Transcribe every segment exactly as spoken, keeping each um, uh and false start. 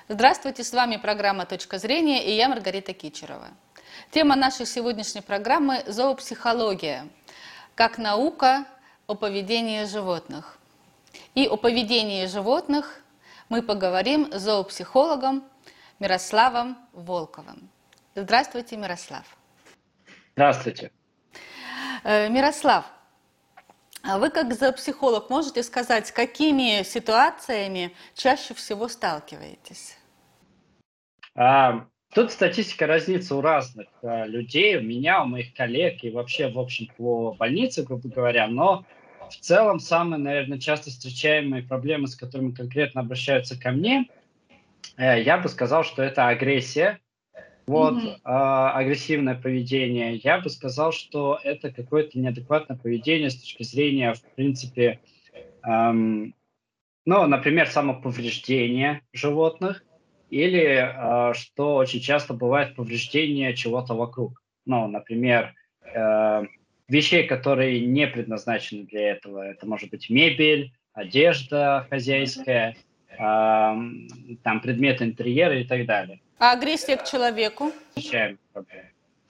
Здравствуйте, с вами программа «Точка зрения» и я Маргарита Кичерова. Тема нашей сегодняшней программы – зоопсихология, как наука о поведении животных. И о поведении животных мы поговорим с зоопсихологом Мирославом Волковым. Здравствуйте, Мирослав. Здравствуйте. Мирослав, вы как зоопсихолог можете сказать, с какими ситуациями чаще всего сталкиваетесь? А, тут статистика разнится у разных а, людей, у меня, у моих коллег и вообще, в общем, по больнице, грубо говоря. Но в целом самые, наверное, часто встречаемые проблемы, с которыми конкретно обращаются ко мне, э, я бы сказал, что это агрессия, вот, Мгм. а, агрессивное поведение. Я бы сказал, что это какое-то неадекватное поведение с точки зрения, в принципе, ам, ну, например, самоповреждение животных или, а, что очень часто бывает, повреждение чего-то вокруг. Ну, например, э, вещей, которые не предназначены для этого. Это может быть мебель, одежда хозяйская, ам, там предметы интерьера и так далее. А агрессия к человеку? Встречаем проблему.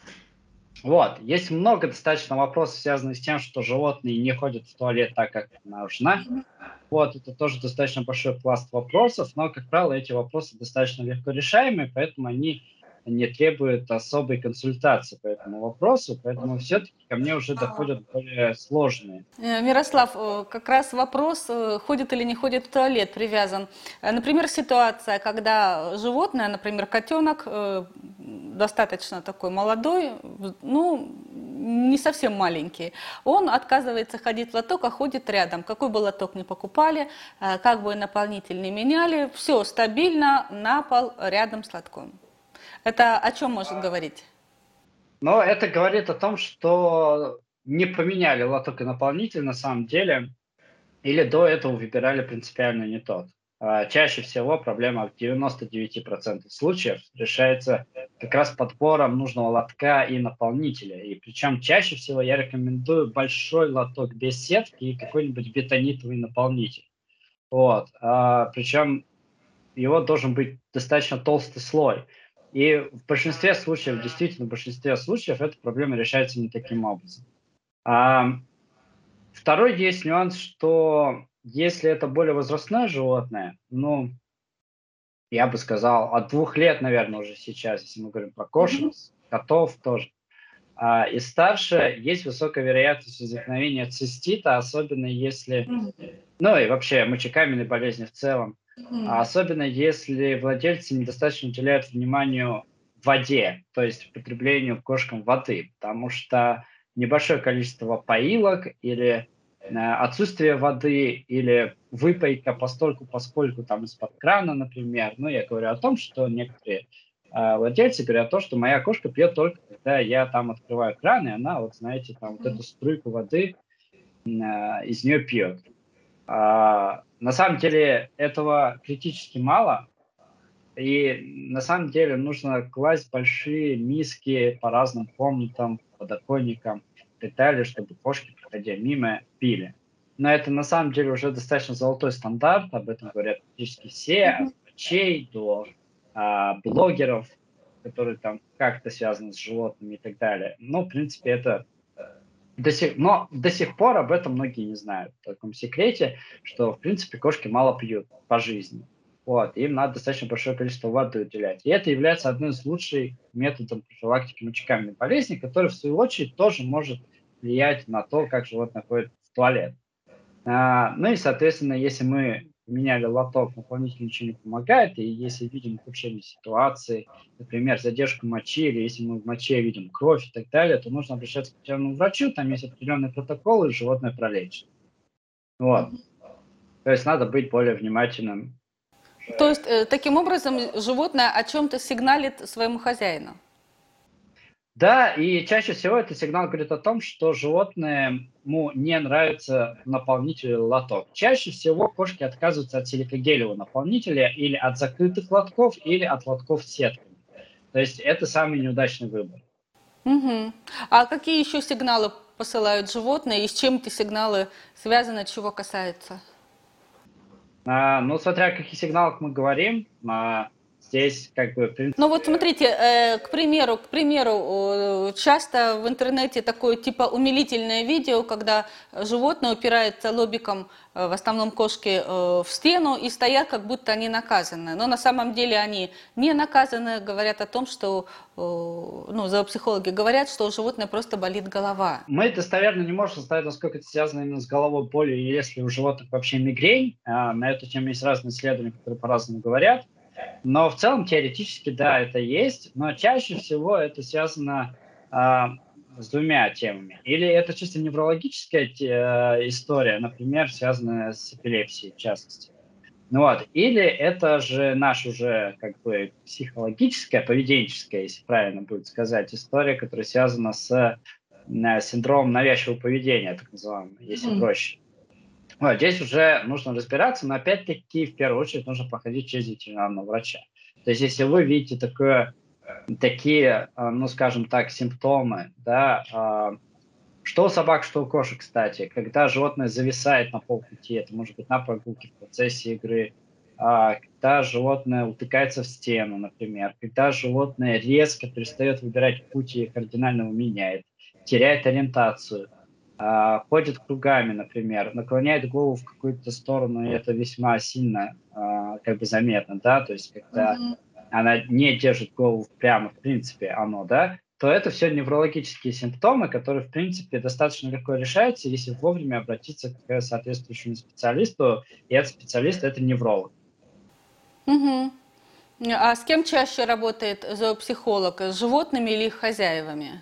Вот. Есть много достаточно вопросов, связанных с тем, что животные не ходят в туалет так, как нужно. Вот, это тоже достаточно большой пласт вопросов, но, как правило, эти вопросы достаточно легко решаемые, поэтому они не требуют особой консультации по этому вопросу, поэтому все-таки ко мне уже доходят более сложные. Э, Мирослав, э, как раз вопрос, э, ходит или не ходит в туалет, привязан. Э, Например, ситуация, когда животное, например, котенок, э, достаточно такой молодой, в- ну, не совсем маленький, он отказывается ходить в лоток, а ходит рядом. Какой бы лоток ни покупали, э, как бы наполнитель не меняли, все стабильно на пол рядом с лотком. Это о чем может говорить? Но это говорит о том, что не поменяли лоток и наполнитель на самом деле, или до этого выбирали принципиально не тот. А, Чаще всего проблема в девяноста девяти процентах случаев решается как раз подбором нужного лотка и наполнителя. И причем чаще всего я рекомендую большой лоток без сетки и какой-нибудь бетонитовый наполнитель. Вот. А, причем его должен быть достаточно толстый слой. И в большинстве случаев, действительно, в большинстве случаев эта проблема решается не таким образом. А, Второй есть нюанс, что если это более возрастное животное, ну, я бы сказал, от двух лет, наверное, уже сейчас, если мы говорим про кошек, котов тоже, а, и старше, есть высокая вероятность возникновения цистита, особенно если, ну и вообще мочекаменной болезни в целом, а особенно если владельцы недостаточно уделяют вниманию воде, то есть потреблению кошкам воды, потому что небольшое количество поилок или э, отсутствие воды или выпайка постольку, поскольку там из-под крана, например. Ну, я говорю о том, что некоторые э, владельцы говорят то, что моя кошка пьет только когда я там открываю кран, и она, вот знаете, там вот эту струйку воды э, из нее пьет. А, на самом деле этого критически мало, и на самом деле нужно класть большие миски по разным комнатам, подоконникам и так далее, чтобы кошки, проходя мимо, пили. Но это на самом деле уже достаточно золотой стандарт, об этом говорят практически все, от врачей до а, блогеров, которые там как-то связаны с животными и так далее. Ну, в принципе, это до сих, но до сих пор об этом многие не знают, в таком секрете, что, в принципе, кошки мало пьют по жизни. Вот, им надо достаточно большое количество воды уделять. И это является одним из лучших методов профилактики мочекаменной болезни, который, в свою очередь, тоже может влиять на то, как животное ходит в туалет. А, ну и, соответственно, если мы меняли лоток, наполнитель ничего не помогает, и если видим ухудшение ситуации, например, задержку мочи, или если мы в моче видим кровь и так далее, то нужно обращаться к ветеринарному врачу, там есть определенные протоколы, и животное пролечит. Вот. То есть надо быть более внимательным. То есть, э, таким образом, животное о чем-то сигналит своему хозяину. Да, и чаще всего этот сигнал говорит о том, что животному не нравится наполнитель или лоток. Чаще всего кошки отказываются от силикогелевого наполнителя или от закрытых лотков, или от лотков с сетками. То есть это самый неудачный выбор. Мгм. А какие еще сигналы посылают животные и с чем эти сигналы связаны, чего касаются? А, ну, смотря о каких сигналах мы говорим, а, здесь как бы, в Ну вот принципе, смотрите, э, к примеру, к примеру, э, часто в интернете такое типа умилительное видео, когда животное упирается лобиком, э, в основном кошки, э, в стену и стоят, как будто они наказаны. Но на самом деле они не наказаны, говорят о том, что, э, ну, зоопсихологи говорят, что у животного просто болит голова. мы достоверно не можем сказать, насколько это связано именно с головой болью, и если у животных вообще мигрень. А, на эту тему есть разные исследования, которые по-разному говорят. Но в целом теоретически, да, это есть, но чаще всего это связано а, с двумя темами. Или это чисто неврологическая те- э, история, например, связанная с эпилепсией, в частности. Ну вот. Или это же наша уже как бы психологическая, поведенческая, если правильно будет сказать, история, которая связана с э, синдромом навязчивого поведения, так называемым, если Мгм. проще. Вот, здесь уже нужно разбираться, но опять-таки в первую очередь нужно проходить через ветеринарного врача. То есть если вы видите такое, такие, а, ну скажем так, симптомы, да, а, что у собак, что у кошек, кстати, когда животное зависает на полпути, это может быть на прогулке в процессе игры, а, когда животное утыкается в стену, например, когда животное резко перестает выбирать путь и кардинально его меняет, теряет ориентацию, а, ходит кругами, например, наклоняет голову в какую-то сторону, и это весьма сильно а, как бы заметно, да, то есть когда Мгм. она не держит голову прямо, в принципе, оно, да, то это все неврологические симптомы, которые, в принципе, достаточно легко решаются, если вовремя обратиться к соответствующему специалисту, и этот специалист– это невролог. Мгм. А с кем чаще работает зоопсихолог? С животными или их хозяевами?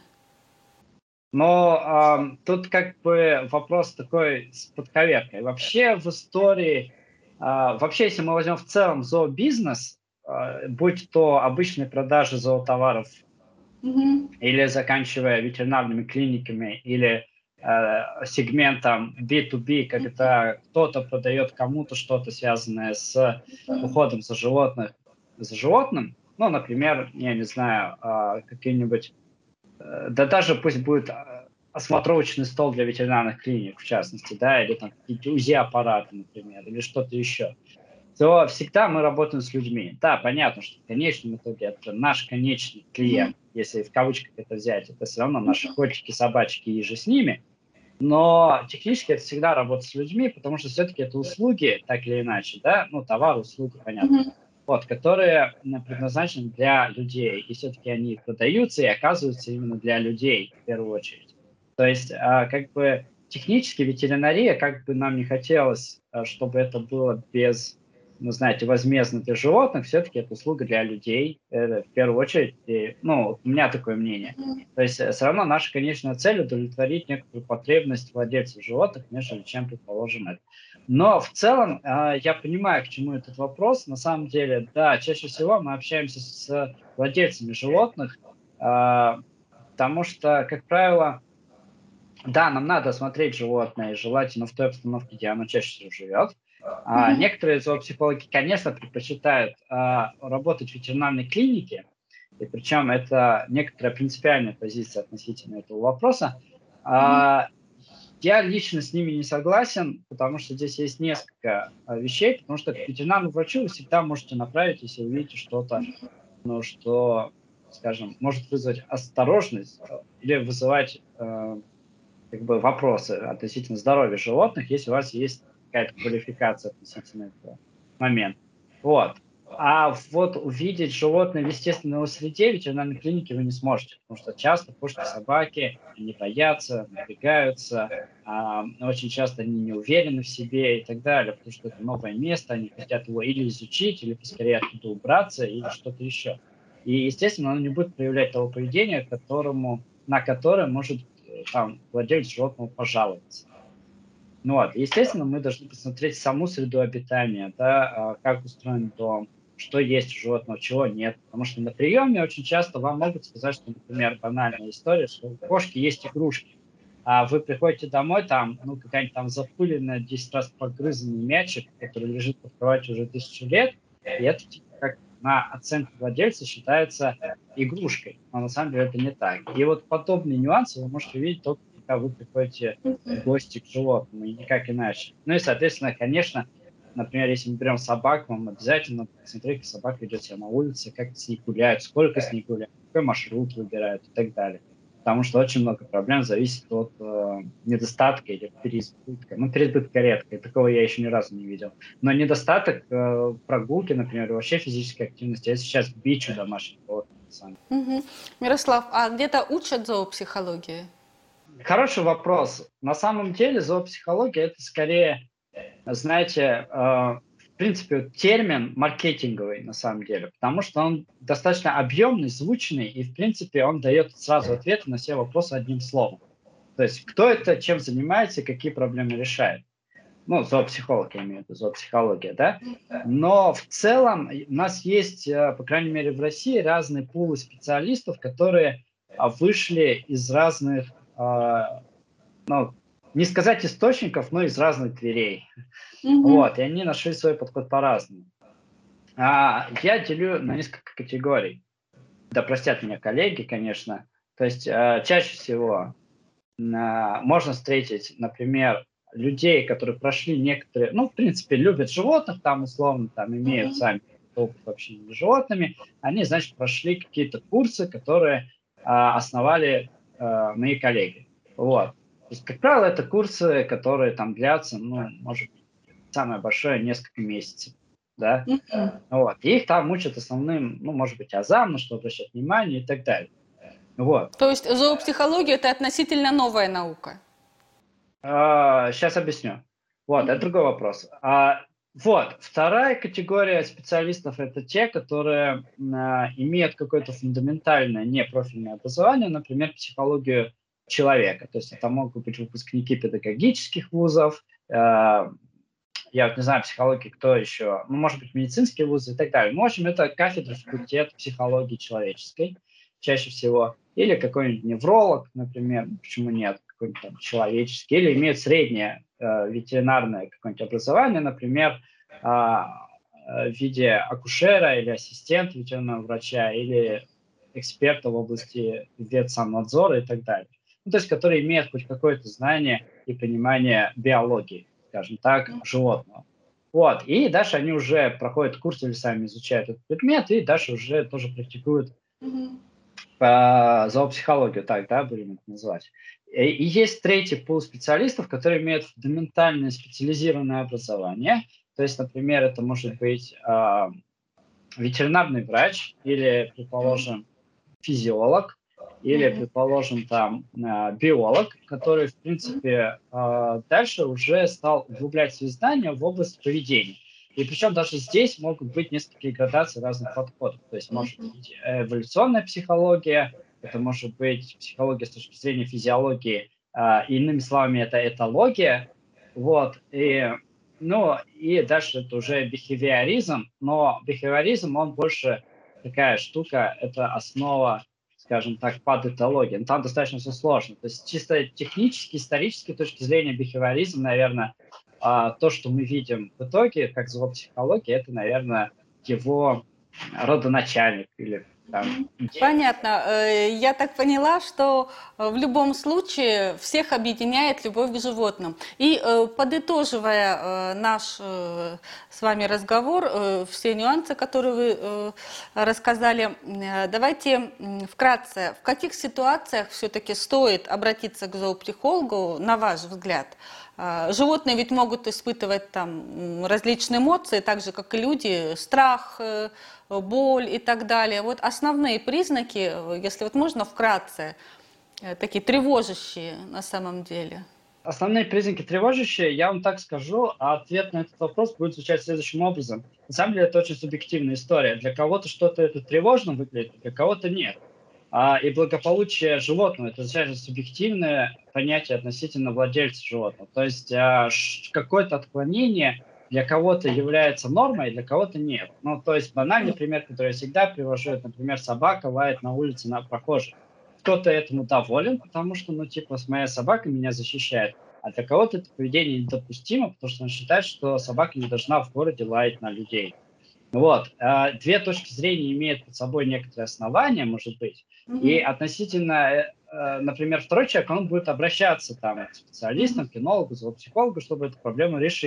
Но ам, тут как бы вопрос такой с подковеркой. Вообще в истории, а, вообще, если мы возьмем в целом зообизнес, а, будь то обычные продажи зоотоваров Мгм. или заканчивая ветеринарными клиниками, или э, сегментом би ту би, когда кто-то продает кому-то что-то, связанное с уходом за животных, за животным, ну, например, я не знаю, а, какие-нибудь, э, да даже пусть будет а, осмотровочный стол для ветеринарных клиник, в частности, да, или там какие-то УЗИ-аппараты, например, или что-то еще, то всегда мы работаем с людьми. Да, понятно, что в конечном итоге это наш конечный клиент, если в кавычках это взять, это все равно наши котики, собачки и же с ними. Но технически это всегда работа с людьми, потому что все-таки это услуги, так или иначе, да, ну, товары, услуги, понятно, Мгм. вот, которые м, предназначены для людей, и все-таки они продаются и оказываются именно для людей в первую очередь. То есть, а, как бы технически ветеринария, как бы нам не хотелось, а, чтобы это было без, ну, знаете, возмездно для животных, все-таки это услуга для людей, это в первую очередь, и, ну, у меня такое мнение. То есть все равно наша конечная цель удовлетворить некоторую потребность владельцев животных, нежели чем, предположим, это. Но в целом, а, я понимаю, к чему этот вопрос. На самом деле, да, чаще всего мы общаемся с владельцами животных, а, потому что, как правило, да, нам надо осмотреть животное, желательно в той обстановке, где оно чаще всего живет. А, Мгм. некоторые зоопсихологи, конечно, предпочитают а, работать в ветеринарной клинике, и причем это некоторая принципиальная позиция относительно этого вопроса. Мгм. А, я лично с ними не согласен, потому что здесь есть несколько а, вещей, потому что к ветеринарному врачу вы всегда можете направить, если увидите что-то, ну, что, скажем, может вызвать осторожность э, или вызывать э, как бы вопросы относительно здоровья животных, если у вас есть какая-то квалификация относительно этого момента. Вот. А вот увидеть животное в естественной его среде в ветеринарной клинике вы не сможете, потому что часто кошки, собаки, они боятся, напрягаются, а, очень часто они не уверены в себе и так далее, потому что это новое место, они хотят его или изучить, или поскорее оттуда убраться, или что-то еще. И, естественно, оно не будет проявлять того поведения, которому, на которое может э, там владелец животного пожаловаться. Ну вот, естественно, мы должны посмотреть саму среду обитания, да, а, как устроен дом, что есть у животного, чего нет. Потому что на приеме очень часто вам могут сказать, что, например, банальная история, что у кошки есть игрушки, а вы приходите домой, там, ну, какая-нибудь там запыленная, десять раз погрызанный мячик, который лежит под кроватью уже тысячу лет, и это типа как на оценку владельца считается игрушкой, но на самом деле это не так. И вот подобные нюансы вы можете увидеть только когда вы приходите в гости к животному, и никак иначе. Ну и, соответственно, конечно, Например, если мы берем собаку, вам обязательно посмотреть, как собака ведет себя на улице, как с ней гуляют, сколько с ней гуляют, какой маршрут выбирают и так далее. Потому что очень много проблем зависит от э, недостатка или переизбытка. Ну, переизбытка редко, и такого я еще ни разу не видел. Но недостаток э, прогулки, например, и вообще физической активности, я сейчас бичу домашних животных, на самом деле. Мгм. Мирослав, а где-то учат зоопсихологии? Хороший вопрос. На самом деле зоопсихология это скорее, знаете, э, в принципе, вот термин маркетинговый на самом деле, потому что он достаточно объемный, звучный, и, в принципе, он дает сразу ответы на все вопросы одним словом. То есть кто это, чем занимается, какие проблемы решает. Ну, зоопсихолог, я имею в виду, зоопсихология, да? Но в целом у нас есть, э, по крайней мере, в России разные пулы специалистов, которые а, вышли из разных, а, ну, не сказать источников, но из разных дверей. Мгм. Вот, и они нашли свой подход по-разному. А, я делю на несколько категорий. Да простят меня коллеги, конечно. То есть э, чаще всего на- можно встретить, например, людей, которые прошли некоторые, ну, в принципе, любят животных, там, условно, там, имеют Мгм. сами опыт общения с животными, они, значит, прошли какие-то курсы, которые а, основали а, мои коллеги. Вот. То есть, как правило, это курсы, которые там длятся, ну, может быть, самое большое несколько месяцев, да. Мгм. Вот. И их там учат основным, ну, может быть, азам, на что обращать внимание и так далее. Вот. То есть зоопсихология – это относительно новая наука? Сейчас объясню. Вот, это другой вопрос. А, вот, вторая категория специалистов – это те, которые м, а, имеют какое-то фундаментальное непрофильное образование, например, психологию человека. То есть это могут быть выпускники педагогических вузов, э, я вот не знаю, психологии, кто еще, ну, может быть, медицинские вузы и так далее. Ну, в общем, это кафедра, факультет психологии человеческой чаще всего. Или какой-нибудь невролог, например, почему нет, какой-нибудь там человеческий. Или имеет среднее э, ветеринарное какое-нибудь образование, например, а, э, в виде акушера или ассистента ветеринарного врача, или эксперта в области ветсаннадзора и так далее. Ну, то есть, который имеет хоть какое-то знание и понимание биологии, скажем так, животного. Вот. И дальше они уже проходят курс или сами изучают этот предмет, и дальше уже тоже практикуют Мгм. по зоопсихологию, так, да, будем это называть. И, и есть третий пул специалистов, которые имеют фундаментальное специализированное образование. То есть, например, это может быть а, ветеринарный врач или, предположим, физиолог или, Мгм. предположим, там а, биолог, который, в принципе, а, дальше уже стал углублять свои знания в область поведения. И причем даже здесь могут быть несколько градаций разных подходов. То есть может Мгм. быть эволюционная психология, это может быть психология с точки зрения физиологии, а, иными словами, это этология. Вот. И, ну, и дальше это уже бихевиоризм, но бихевиоризм, он больше такая штука, это основа, скажем так, патетологии. Но там достаточно все сложно. То есть чисто технически, исторически точки зрения бихевиоризм, наверное, а, то, что мы видим в итоге, как зоопсихология, это, наверное, его родоначальник или там идея. Понятно. Э, Я так поняла, что э, в любом случае всех объединяет любовь к животным. И э, подытоживая э, наш э, с вами разговор, э, все нюансы, которые вы э, рассказали, э, давайте м, вкратце, в каких ситуациях все-таки стоит обратиться к зоопсихологу, на ваш взгляд? А, Животные ведь могут испытывать там м, различные эмоции, так же, как и люди, страх, э, боль и так далее. Вот основные признаки, э, если вот можно вкратце, э, такие тревожащие на самом деле. Основные признаки тревожащие, я вам так скажу, а ответ на этот вопрос будет звучать следующим образом. На самом деле это очень субъективная история. Для кого-то что-то это тревожно выглядит, для кого-то нет. А, и благополучие животного – это достаточно субъективное понятие относительно владельца животного. То есть а, ш- какое-то отклонение для кого-то является нормой, для кого-то нет. Ну, то есть банальный пример, который я всегда привожу, это, например, собака лает на улице на прохожих. Кто-то этому доволен, потому что, ну, типа, с моя собака меня защищает, а для кого-то это поведение недопустимо, потому что он считает, что собака не должна в городе лаять на людей. Вот. а, Две точки зрения имеют под собой некоторые основания, может быть. И Мгм. относительно, э, э, например, второй человек, он будет обращаться там, к специалистам, кинологу, зоопсихологу, чтобы эту проблему решить.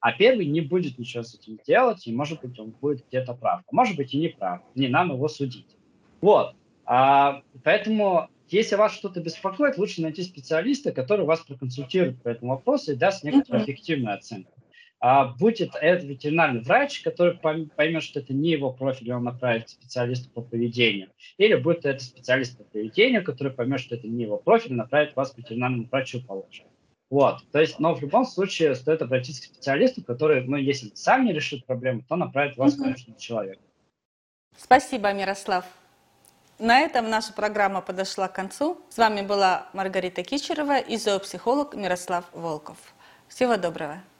а первый не будет ничего с этим делать, и, может быть, он будет где-то прав, а может быть, и не прав, не нам его судить. Вот, а, поэтому, если вас что-то беспокоит, лучше найти специалиста, который вас проконсультирует по этому вопросу и даст некоторую Мгм. объективную оценку. А будет это ветеринарный врач, который поймет, что это не его профиль, и он направит к специалисту по поведению. Или будет это специалист по поведению, который поймет, что это не его профиль, направит вас к ветеринарному врачу получше. Вот. То есть, но в любом случае стоит обратиться к специалисту, который, ну, если сам не решит проблему, то направит вас к Мгм. научному человеку. Спасибо, Мирослав. На этом наша программа подошла к концу. С вами была Маргарита Кичерова и зоопсихолог Мирослав Волков. Всего доброго.